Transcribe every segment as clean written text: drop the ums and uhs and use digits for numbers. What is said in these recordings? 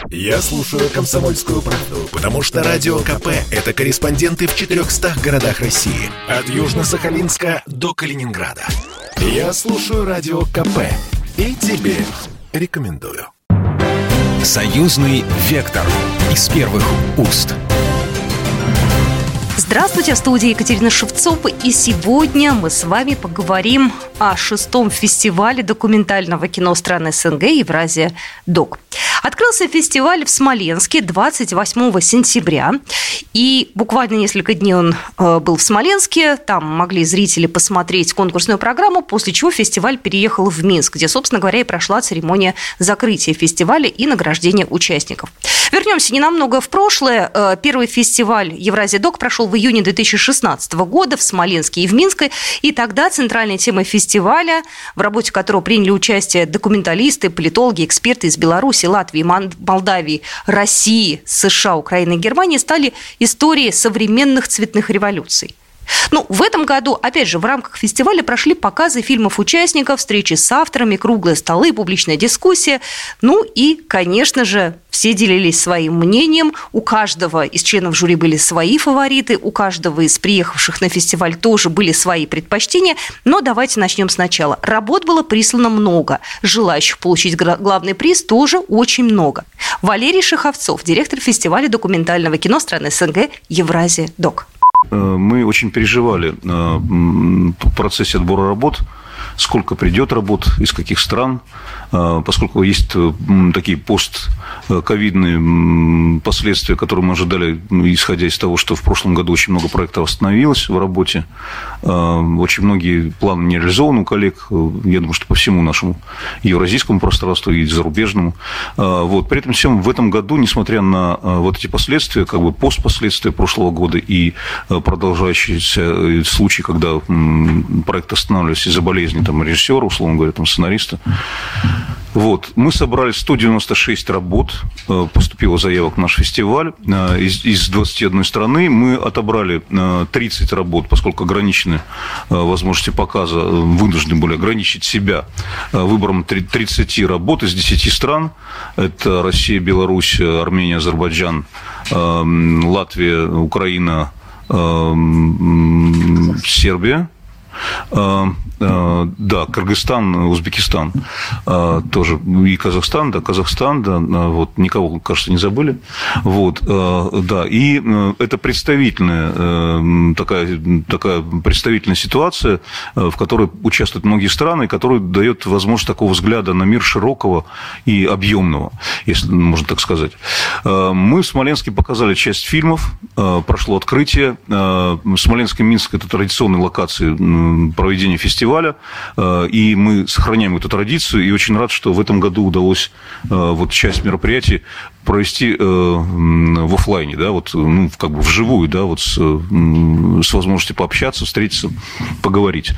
Я слушаю «Комсомольскую правду», потому что Радио КП – это корреспонденты в 400 городах России. От Южно-Сахалинска до Калининграда. Я слушаю Радио КП и тебе рекомендую. Союзный вектор из первых уст. Здравствуйте, в студии Екатерина Шевцова, и сегодня мы с вами поговорим о 6-м фестивале документального кино стран СНГ «Евразия ДОК». Открылся фестиваль в Смоленске 28 сентября, и буквально несколько дней он был в Смоленске, там могли зрители посмотреть конкурсную программу, после чего фестиваль переехал в Минск, где, собственно говоря, и прошла церемония закрытия фестиваля и награждения участников. Вернемся ненамного в прошлое. Первый фестиваль «Евразия ДОК» прошел в июне 2016 года в Смоленске и в Минске, и тогда центральной темой фестиваля, в работе которого приняли участие документалисты, политологи, эксперты из Беларуси, Латвии, Молдавии, России, США, Украины и Германии, стали истории современных цветных революций. В этом году, опять же, в рамках фестиваля прошли показы фильмов участников, встречи с авторами, круглые столы, публичная дискуссия. И, конечно же, все делились своим мнением. У каждого из членов жюри были свои фавориты, у каждого из приехавших на фестиваль тоже были свои предпочтения. Но давайте начнем сначала. Работ было прислано много. Желающих получить главный приз тоже очень много. Валерий Шеховцов, директор фестиваля документального кино стран СНГ «Евразия ДОК». Мы очень переживали в процессе отбора работ, сколько придет работ, из каких стран, поскольку есть такие постковидные последствия, которые мы ожидали, исходя из того, что в прошлом году очень много проектов остановилось в работе, очень многие планы не реализованы у коллег, я думаю, что по всему нашему евразийскому пространству и зарубежному. При этом всем в этом году, несмотря на вот эти последствия, постпоследствия прошлого года и продолжающиеся случаи, когда проект останавливался из-за болезни режиссера, условно говоря, сценариста. Мы собрали 196 работ, поступило заявок в наш фестиваль из 21 страны. Мы отобрали 30 работ, поскольку ограничены возможности показа, вынуждены были ограничить себя выбором 30 работ из 10 стран. Это Россия, Беларусь, Армения, Азербайджан, Латвия, Украина, Сербия. Кыргызстан, Узбекистан тоже, и Казахстан, никого, кажется, не забыли. И это представительная такая представительная ситуация, в которой участвуют многие страны, которая дает возможность такого взгляда на мир широкого и объемного, если можно так сказать. Мы в Смоленске показали часть фильмов, прошло открытие. Смоленск и Минск – это традиционные локации проведения фестиваля, и мы сохраняем эту традицию, и очень рад, что в этом году удалось часть мероприятий провести в офлайне, вживую, с возможностью пообщаться, встретиться, поговорить.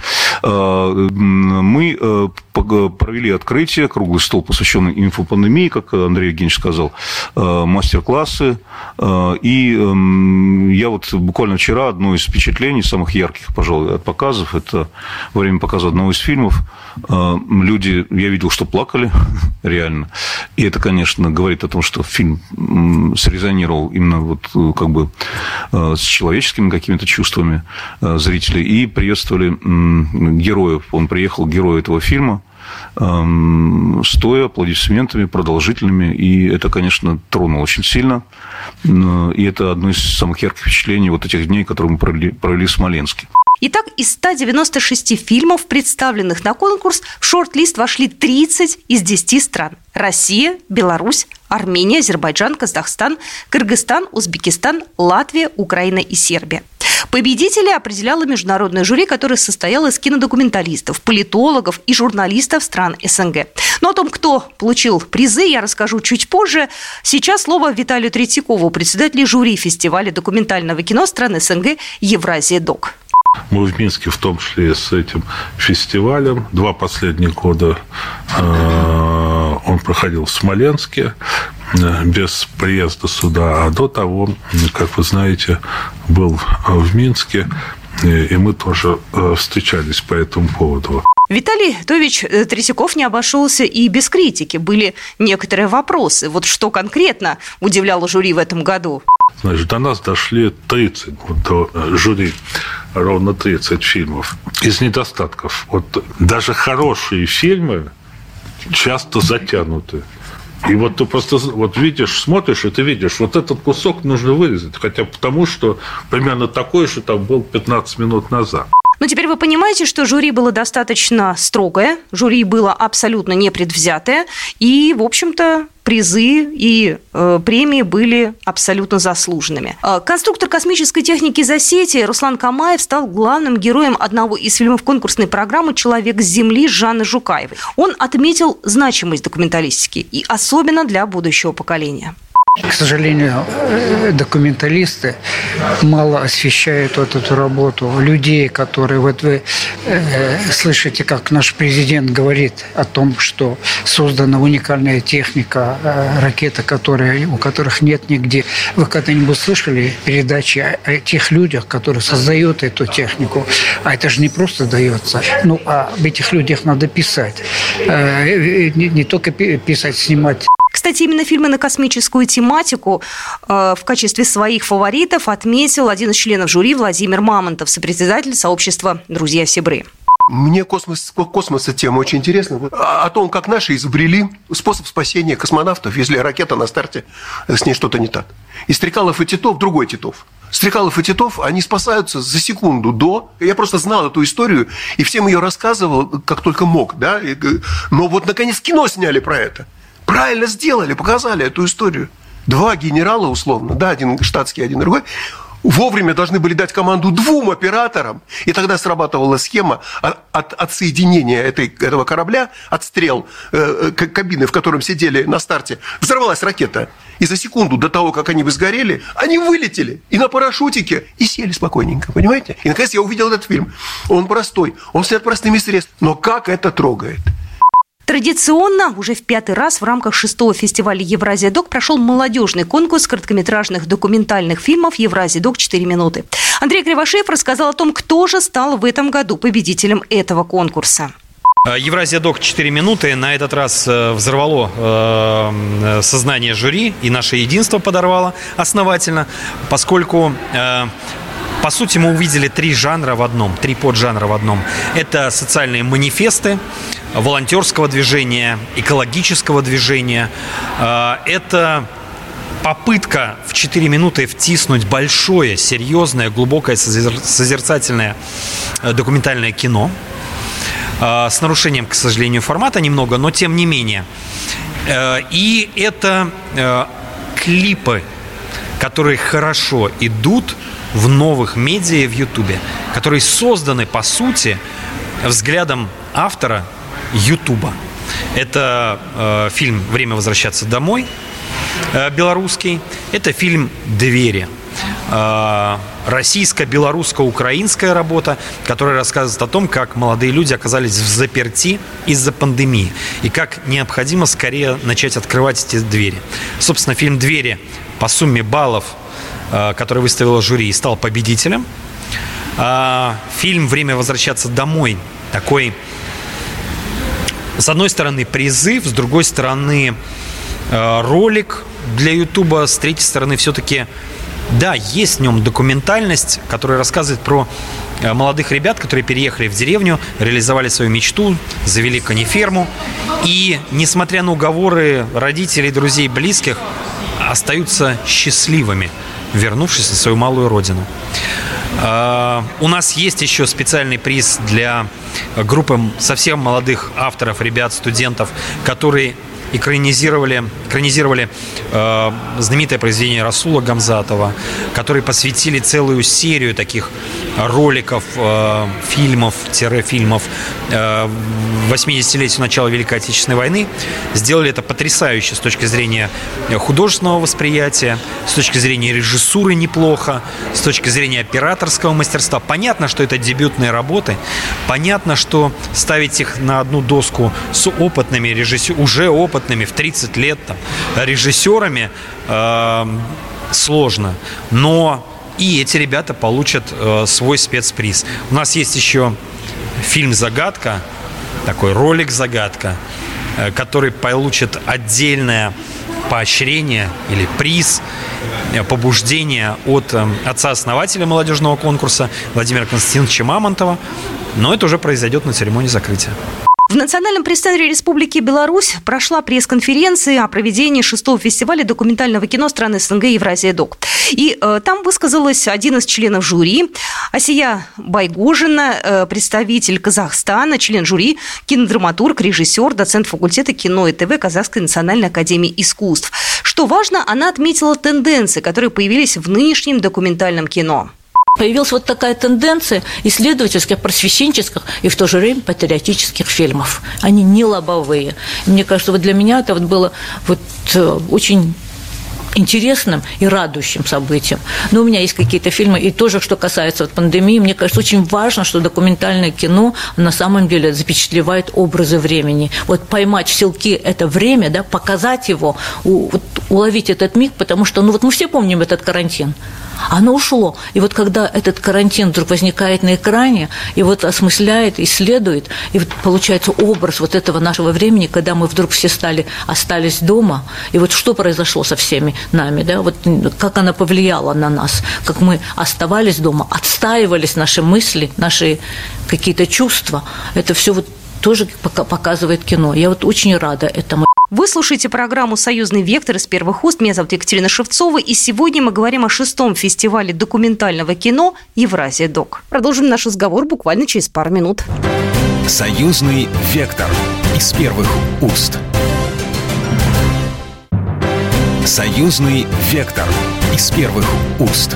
Мы провели открытие, круглый стол, посвященный инфопандемии, как Андрей Евгеньевич сказал, мастер-классы, и я буквально вчера одно из впечатлений, самых ярких, пожалуй, от показов, это во время показа одного из фильмов, люди, я видел, что плакали, реально, и это, конечно, говорит о том, что фильм срезонировал именно с человеческими какими-то чувствами зрителей, и приветствовали героев. Он приехал, герой этого фильма, стоя, аплодисментами продолжительными, и это, конечно, тронуло очень сильно, и это одно из самых ярких впечатлений этих дней, которые мы провели в Смоленске. Итак, из 196 фильмов, представленных на конкурс, в шорт-лист вошли 30 из 10 стран. Россия, Беларусь, Армения, Азербайджан, Казахстан, Кыргызстан, Узбекистан, Латвия, Украина и Сербия. Победителя определяло международное жюри, которое состояло из кинодокументалистов, политологов и журналистов стран СНГ. Но о том, кто получил призы, я расскажу чуть позже. Сейчас слово Виталию Третьякову, председателю жюри фестиваля документального кино стран СНГ «Евразия ДОК». Мы в Минске в том числе с этим фестивалем. 2 последних года он проходил в Смоленске без приезда сюда. А до того, как вы знаете, был в Минске. И мы тоже встречались по этому поводу. Виталий Тович Третьяков не обошелся и без критики. Были некоторые вопросы. Вот что конкретно удивляло жюри в этом году? Значит, до нас дошли 30, до жюри ровно 30 фильмов. Из недостатков. Вот даже хорошие фильмы часто затянуты. И вот ты просто вот видишь, смотришь, и ты видишь, вот этот кусок нужно вырезать. Хотя потому, что примерно такой же там был 15 минут назад. Но теперь вы понимаете, что жюри было достаточно строгое, жюри было абсолютно непредвзятое, и, в общем-то, призы и премии были абсолютно заслуженными. Конструктор космической техники «Засети» Руслан Камаев стал главным героем одного из фильмов конкурсной программы «Человек с Земли» Жанны Жукаевой. Он отметил значимость документалистики, и особенно для будущего поколения. К сожалению, документалисты мало освещают вот эту работу людей, которые... Вот вы слышите, как наш президент говорит о том, что создана уникальная техника, ракета, у которых нет нигде. Вы когда-нибудь слышали передачи о тех людях, которые создают эту технику? А это же не просто дается. Ну, об этих людях надо писать. Не только писать, снимать. Кстати, именно фильмы на космическую тематику в качестве своих фаворитов отметил один из членов жюри Владимир Мамонтов, сопредседатель сообщества «Друзья-сябры». Мне космоса тема очень интересна. О том, как наши изобрели способ спасения космонавтов, если ракета на старте, с ней что-то не так. И Стрекалов и Титов, другой Титов. Стрекалов и Титов, они спасаются за секунду до. Я просто знал эту историю и всем ее рассказывал, как только мог. Да? Но вот, наконец, кино сняли про это. Правильно сделали, показали эту историю. 2 генерала, условно, да, один штатский, один другой, вовремя должны были дать команду 2 операторам, и тогда срабатывала схема от соединения этого корабля, от стрел кабины, в котором сидели на старте. Взорвалась ракета, и за секунду до того, как они бы сгорели, они вылетели и на парашютике, и сели спокойненько, понимаете? И, наконец, я увидел этот фильм. Он простой, он снят простыми средствами, но как это трогает. Традиционно уже в 5-й раз в рамках 6-го фестиваля «Евразия-Док» прошел молодежный конкурс короткометражных документальных фильмов «Евразия-Док. 4 минуты». Андрей Кривошеев рассказал о том, кто же стал в этом году победителем этого конкурса. «Евразия-Док. 4 минуты» на этот раз взорвало сознание жюри, и наше единство подорвало основательно, поскольку... По сути, мы увидели 3 жанра в одном, 3 поджанра в одном. Это социальные манифесты волонтерского движения, экологического движения. Это попытка в 4 минуты втиснуть большое, серьезное, глубокое, созерцательное документальное кино. С нарушением, к сожалению, формата немного, но тем не менее. И это клипы, которые хорошо идут в новых медиа в Ютубе, которые созданы, по взглядом автора Ютуба. Это фильм «Время возвращаться домой», белорусский. Это фильм «Двери». Российско-белорусско-украинская работа, которая рассказывает о том, как молодые люди оказались взаперти из-за пандемии и как необходимо скорее начать открывать эти двери. Собственно, фильм «Двери» по сумме баллов, который выставило жюри, и стал победителем. Фильм «Время возвращаться домой» такой, с одной стороны, призыв, с другой стороны, ролик для Ютуба, с третьей стороны, все-таки, да, есть в нем документальность, которая рассказывает про молодых ребят, которые переехали в деревню, реализовали свою мечту, завели конеферму, и, несмотря на уговоры родителей, друзей, близких, остаются счастливыми, вернувшись на свою малую родину. У нас есть еще специальный приз для группы совсем молодых авторов, ребят, студентов, которые экранизировали знаменитое произведение Расула Гамзатова, которые посвятили целую серию таких роликов, фильмов 80-летию начала Великой Отечественной войны. Сделали это потрясающе с точки зрения художественного восприятия, с точки зрения режиссуры неплохо, с точки зрения операторского мастерства. Понятно, что это дебютные работы, понятно, что ставить их на одну доску с опытными режиссерами, уже опытными в 30 лет режиссерами сложно, но и эти ребята получат свой спецприз. У нас есть еще фильм «Загадка», такой ролик-загадка, который получит отдельное поощрение или приз, побуждение от отца-основателя молодежного конкурса Владимира Константиновича Мамонтова. Но это уже произойдет на церемонии закрытия. В Национальном пресс-центре Республики Беларусь прошла пресс-конференция о проведении 6-го фестиваля документального кино стран СНГ «Евразия-Док». И там высказалась один из членов жюри, Асия Байгожина, представитель Казахстана, член жюри, кинодраматург, режиссер, доцент факультета кино и ТВ Казахской национальной академии искусств. Что важно, она отметила тенденции, которые появились в нынешнем документальном кино. Появилась вот такая тенденция исследовательских, просвещенческих и в то же время патриотических фильмов. Они не лобовые. Мне кажется, вот для меня это вот было вот очень интересным и радующим событием. Но у меня есть какие-то фильмы, и тоже, что касается вот пандемии, мне кажется, очень важно, что документальное кино на самом деле запечатлевает образы времени. Вот поймать в селки это время, да, показать его, уловить этот миг, потому что, ну вот мы все помним этот карантин. Оно ушло. И вот когда этот карантин вдруг возникает на экране, и вот осмысляет, исследует, и вот получается образ вот этого нашего времени, когда мы вдруг все остались дома, и вот что произошло со всеми нами, да, вот как она повлияла на нас, как мы оставались дома, отстаивались наши мысли, наши какие-то чувства. Это все вот тоже показывает кино. Я вот очень рада этому. Вы слушаете программу «Союзный вектор» из первых уст. Меня зовут Екатерина Шевцова. И сегодня мы говорим о 6-м фестивале документального кино «Евразия-Док». Продолжим наш разговор буквально через пару минут. «Союзный вектор» из первых уст. «Союзный вектор» из первых уст.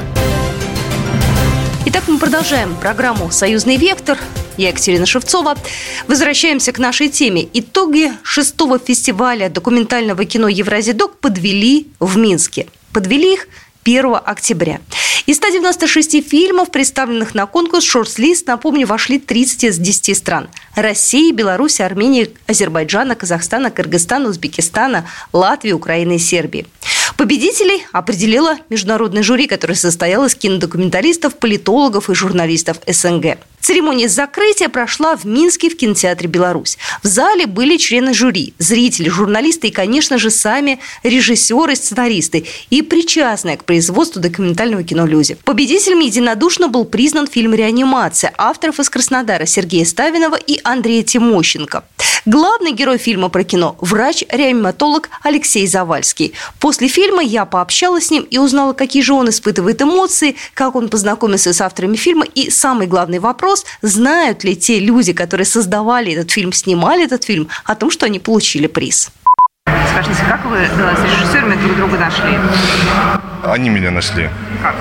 Итак, мы продолжаем программу «Союзный вектор». Я Екатерина Шевцова. Возвращаемся к нашей теме. Итоги 6-го фестиваля документального кино «Евразия-Док» подвели в Минске. Подвели их 1 октября. Из 196 фильмов, представленных на конкурс, в шорт-лист, напомню, вошли 30 из 10 стран. России, Беларуси, Армении, Азербайджана, Казахстана, Кыргызстана, Узбекистана, Латвии, Украины и Сербии. Победителей определило международное жюри, которое состояло из кинодокументалистов, политологов и журналистов СНГ. Церемония закрытия прошла в Минске в кинотеатре «Беларусь». В зале были члены жюри, зрители, журналисты и, конечно же, сами режиссеры, сценаристы и причастные к производству документального кино люди. Победителем единодушно был признан фильм «Реанимация» авторов из Краснодара Сергея Ставинова и Андрея Тимощенко. Главный герой фильма про кино – врач-реаниматолог Алексей Завальский. После фильма я пообщалась с ним и узнала, какие же он испытывает эмоции, как он познакомился с авторами фильма и, самый главный вопрос, знают ли те люди, которые создавали этот фильм, снимали этот фильм, о том, что они получили приз. Скажите, как вы с режиссерами друг друга нашли? Они меня нашли. Как?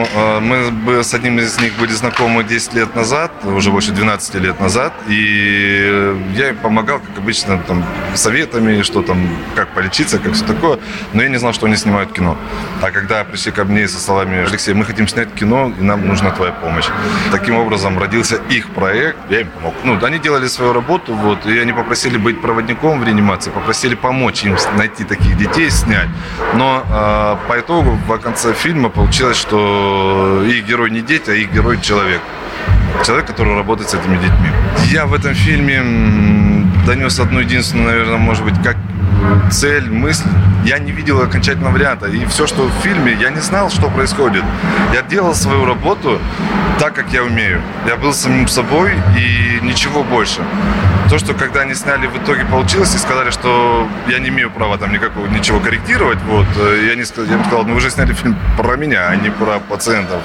Мы с одним из них были знакомы 10 лет назад, уже больше 12 лет назад, и я им помогал, как обычно, там, советами, что там, как полечиться, как все такое, но я не знал, что они снимают кино. А когда пришли ко мне со словами: Алексей, мы хотим снять кино, и нам нужна твоя помощь. Таким образом родился их проект, я им помог. Они делали свою работу, и они попросили быть проводником в реанимации, попросили помочь им найти таких детей, снять. Но по итогу, в конце фильма получилось, что их герой не дети, а их герой человек. Человек, который работает с этими детьми. Я в этом фильме донес одну единственную, наверное, может быть, как цель, мысль. Я не видел окончательного варианта. И все, что в фильме, я не знал, что происходит. Я делал свою работу так, как я умею. Я был самим собой и ничего больше. То, что когда они сняли, в итоге получилось, и сказали, что я не имею права там ничего корректировать, я им сказал, вы же сняли фильм про меня, а не про пациентов.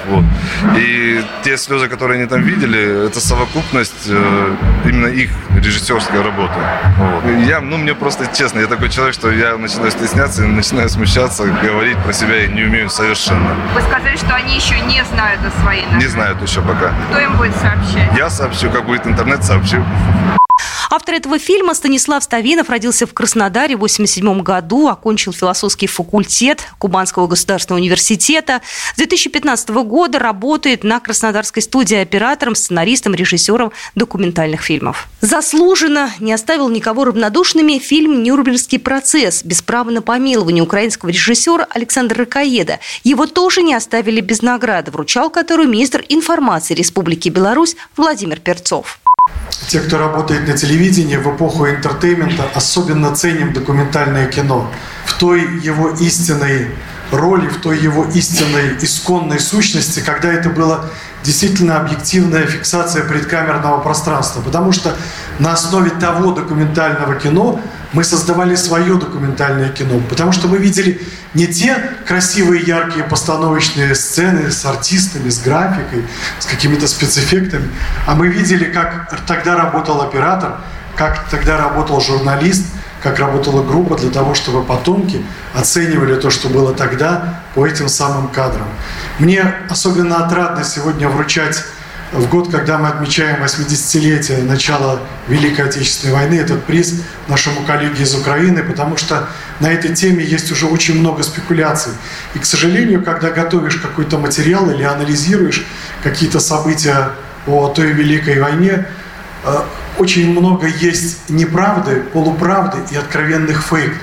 И те слезы, которые они там видели, это совокупность именно их режиссерской работы. Мне просто честно, я такой человек, что я начинаю стесняться, начинаю смущаться, говорить про себя я не умею совершенно. Вы сказали, что они еще не знают о своей награде. Не знают еще пока. Кто им будет сообщать? Я сообщу, как будет интернет, сообщу. Автор этого фильма Станислав Ставинов родился в Краснодаре в 1987 году, окончил философский факультет Кубанского государственного университета. С 2015 года работает на краснодарской студии оператором, сценаристом, режиссером документальных фильмов. Заслуженно не оставил никого равнодушными фильм «Нюрнбергский процесс» без права на помилование украинского режиссера Александра Ракоеда. Его тоже не оставили без награды, вручал которую министр информации Республики Беларусь Владимир Перцов. Те, кто работает на телевидении в эпоху интертеймента, особенно ценим документальное кино. В той его истинной роли, в той его истинной исконной сущности, когда это была действительно объективная фиксация предкамерного пространства. Потому что на основе того документального кино мы создавали свое документальное кино. Потому что мы видели не те красивые, яркие постановочные сцены с артистами, с графикой, с какими-то спецэффектами, а мы видели, как тогда работал оператор, как тогда работал журналист, как работала группа для того, чтобы потомки оценивали то, что было тогда, по этим самым кадрам. Мне особенно отрадно сегодня вручать в год, когда мы отмечаем 80-летие начала Великой Отечественной войны, этот приз нашему коллеге из Украины, потому что на этой теме есть уже очень много спекуляций. И, к сожалению, когда готовишь какой-то материал или анализируешь какие-то события о той Великой войне, очень много есть неправды, полуправды и откровенных фейков.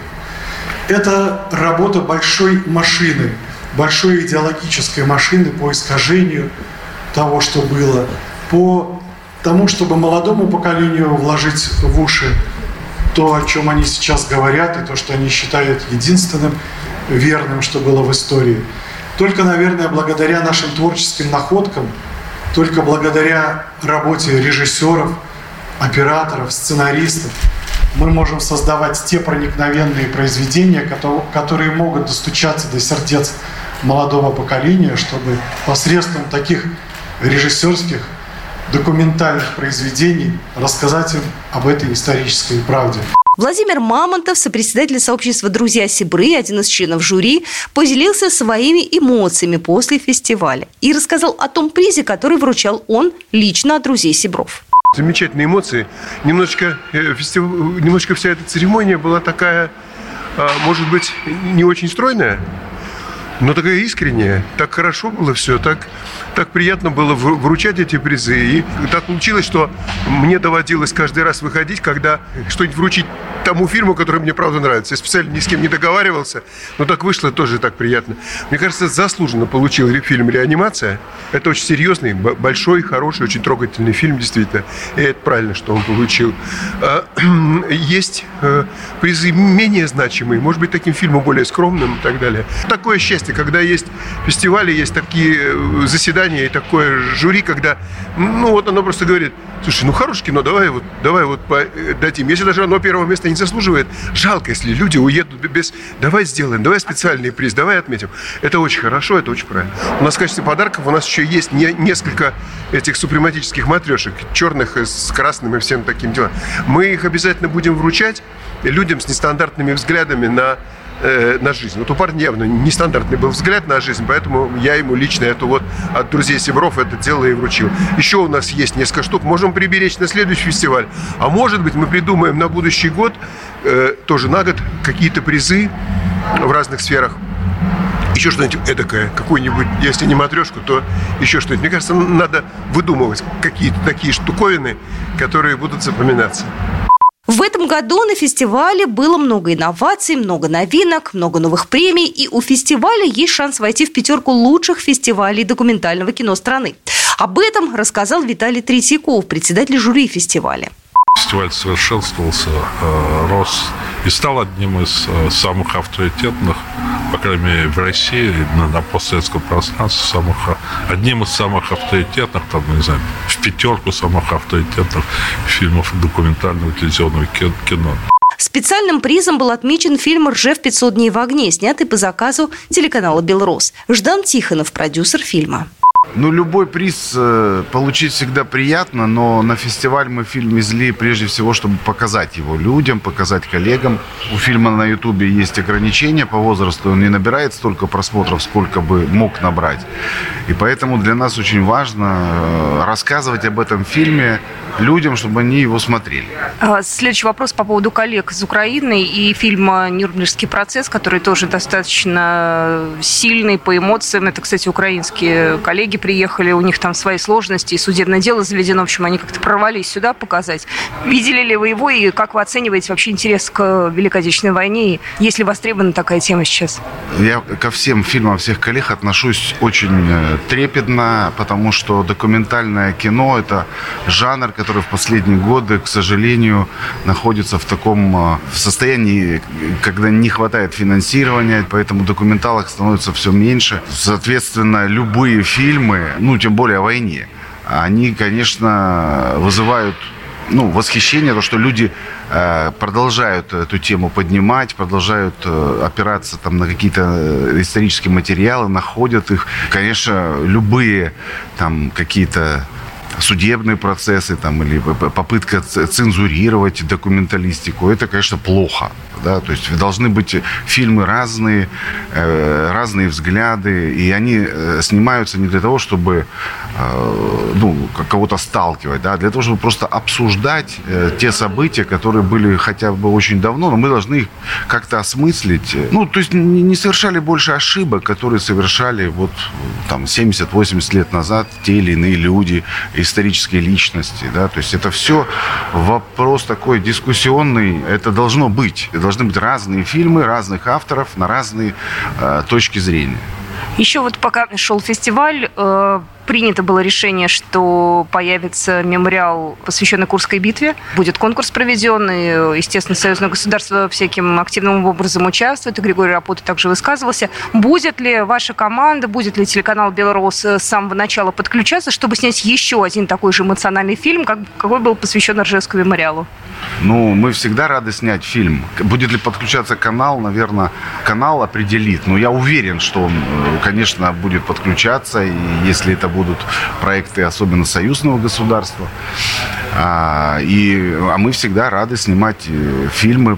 Это работа большой машины, большой идеологической машины по искажению того, что было, по тому, чтобы молодому поколению вложить в уши то, о чем они сейчас говорят, и то, что они считают единственным верным, что было в истории. Только, наверное, благодаря нашим творческим находкам, только благодаря работе режиссеров, операторов, сценаристов мы можем создавать те проникновенные произведения, которые могут достучаться до сердец молодого поколения, чтобы посредством таких режиссерских, документальных произведений рассказать им об этой исторической правде. Владимир Мамонтов, сопредседатель сообщества «Друзья Сибры», один из членов жюри, поделился своими эмоциями после фестиваля и рассказал о том призе, который вручал он лично от «Друзей Сибров». Замечательные эмоции. Немножечко вся эта церемония была такая, может быть, не очень стройная, но такая искренняя. Так хорошо было все, так приятно было вручать эти призы. И так получилось, что мне доводилось каждый раз выходить, когда что-нибудь вручить тому фильму, который мне правда нравится. Я специально ни с кем не договаривался, но так вышло тоже так приятно. Мне кажется, заслуженно получил фильм «Реанимация». Это очень серьезный, большой, хороший, очень трогательный фильм, действительно. И это правильно, что он получил. Есть призы менее значимые, может быть, таким фильмом более скромным и так далее. Такое счастье, когда есть фестивали, есть такие заседания и такое жюри, когда, оно просто говорит: слушай, хорошее кино, давай дадим. Если даже оно первого места не заслуживает, жалко, если люди уедут без... Давай сделаем, давай специальный приз, давай отметим. Это очень хорошо, это очень правильно. У нас в качестве подарков у нас еще есть несколько этих супрематических матрешек, черных с красным и всем таким делом. Мы их обязательно будем вручать людям с нестандартными взглядами на жизнь. У парня явно нестандартный был взгляд на жизнь, поэтому я ему лично эту от «Друзей Сибров» это дело и вручил. Еще у нас есть несколько штук, можем приберечь на следующий фестиваль. А может быть, мы придумаем на будущий год, тоже на год, какие-то призы в разных сферах. Еще что-нибудь эдакое, какую-нибудь, если не матрешку, то еще что-нибудь. Мне кажется, надо выдумывать какие-то такие штуковины, которые будут запоминаться. В этом году на фестивале было много инноваций, много новинок, много новых премий, и у фестиваля есть шанс войти в 5 лучших фестивалей документального кино страны. Об этом рассказал Виталий Третьяков, председатель жюри фестиваля. Фестиваль совершенствовался, рос и стал одним из самых авторитетных, по крайней мере, в России, на постсоветском пространстве, одним из самых авторитетных, в 5 самых авторитетных фильмов документального телевизионного кино. Специальным призом был отмечен фильм «Ржев 500 дней в огне», снятый по заказу телеканала «Белрос». Ждан Тихонов, продюсер фильма. Любой приз получить всегда приятно, но на фестиваль мы фильм везли прежде всего, чтобы показать его людям, показать коллегам. У фильма на Ютубе есть ограничения по возрасту, он не набирает столько просмотров, сколько бы мог набрать. И поэтому для нас очень важно рассказывать об этом фильме людям, чтобы они его смотрели. Следующий вопрос по поводу коллег из Украины и фильма «Нюрнбергский процесс», который тоже достаточно сильный по эмоциям. Это, кстати, украинские коллеги приехали, у них там свои сложности, и судебное дело заведено, в общем, они как-то прорвались сюда показать. Видели ли вы его, и как вы оцениваете вообще интерес к Великой Отечественной войне, и есть ли востребована такая тема сейчас? Я ко всем фильмам всех коллег отношусь очень трепетно, потому что документальное кино – это жанр, который в последние годы, к сожалению, находится в таком состоянии, когда не хватает финансирования, поэтому документалок становится все меньше. Соответственно, любые фильмы, тем более о войне, они, конечно, вызывают восхищение, то, что люди продолжают эту тему поднимать, продолжают опираться там на какие-то исторические материалы, находят их. Конечно, любые там какие-то судебные процессы там, или попытка цензурировать документалистику, это, конечно, плохо. Да? То есть должны быть фильмы разные, разные взгляды, и они снимаются не для того, чтобы кого-то сталкивать, да? Для того, чтобы просто обсуждать те события, которые были хотя бы очень давно, но мы должны их как-то осмыслить. То есть не совершали больше ошибок, которые совершали 70-80 лет назад те или иные люди, исторические личности. Да? То есть это все вопрос такой дискуссионный, это должно быть. Должны быть разные фильмы, разных авторов на разные точки зрения. Еще пока шел фестиваль, принято было решение, что появится мемориал, посвященный Курской битве. Будет конкурс проведен, и, естественно, союзное государство всяким активным образом участвует. И Григорий Рапота также высказывался. Будет ли ваша команда, будет ли телеканал «Белрос» с самого начала подключаться, чтобы снять еще один такой же эмоциональный фильм, какой был посвящен Ржевскому мемориалу? Мы всегда рады снять фильм. Будет ли подключаться канал? Наверное, канал определит. Но я уверен, что он, конечно, будет подключаться. И если это будут проекты, особенно союзного государства. А мы всегда рады снимать фильмы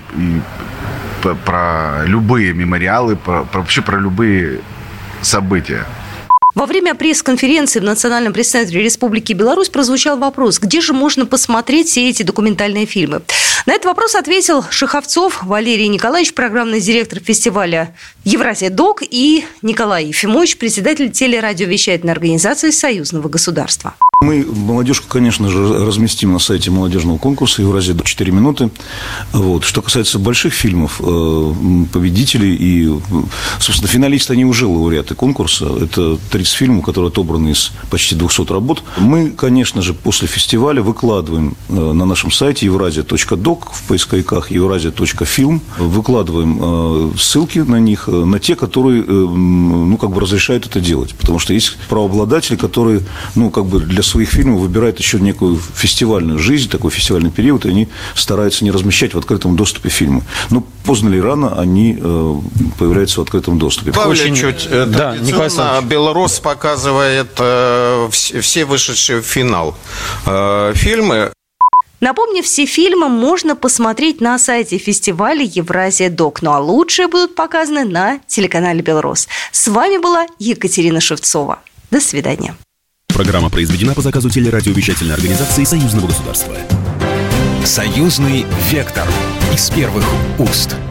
про любые мемориалы, вообще про любые события. Во время пресс-конференции в Национальном пресс-центре Республики Беларусь прозвучал вопрос, где же можно посмотреть все эти документальные фильмы. На этот вопрос ответил Шеховцов Валерий Николаевич, программный директор фестиваля «Евразия-ДОК», и Николай Ефимович, председатель телерадиовещательной организации Союзного государства. Мы молодежку, конечно же, разместим на сайте молодежного конкурса «Евразия-ДОК» 4 минуты. Что касается больших фильмов, победителей и, собственно, финалисты, они уже лауреаты конкурса. Это 30 фильмов, которые отобраны из почти 200 работ. Мы, конечно же, после фестиваля выкладываем на нашем сайте евразия.док в поисковиках евразия.фильм, выкладываем ссылки на них, на те, которые, разрешают это делать. Потому что есть правообладатели, которые, для своих фильмов выбирают еще некую фестивальную жизнь, такой фестивальный период, и они стараются не размещать в открытом доступе фильмы. Но поздно или рано они появляются в открытом доступе. Очень чуть. Традиционно «Белрос» показывает все вышедшие в финал фильмы. Напомню, все фильмы можно посмотреть на сайте фестиваля «Евразия-ДОК». А лучшие будут показаны на телеканале «Белрос». С вами была Екатерина Шевцова. До свидания. Программа произведена по заказу телерадиовещательной организации Союзного государства. Союзный вектор из первых уст.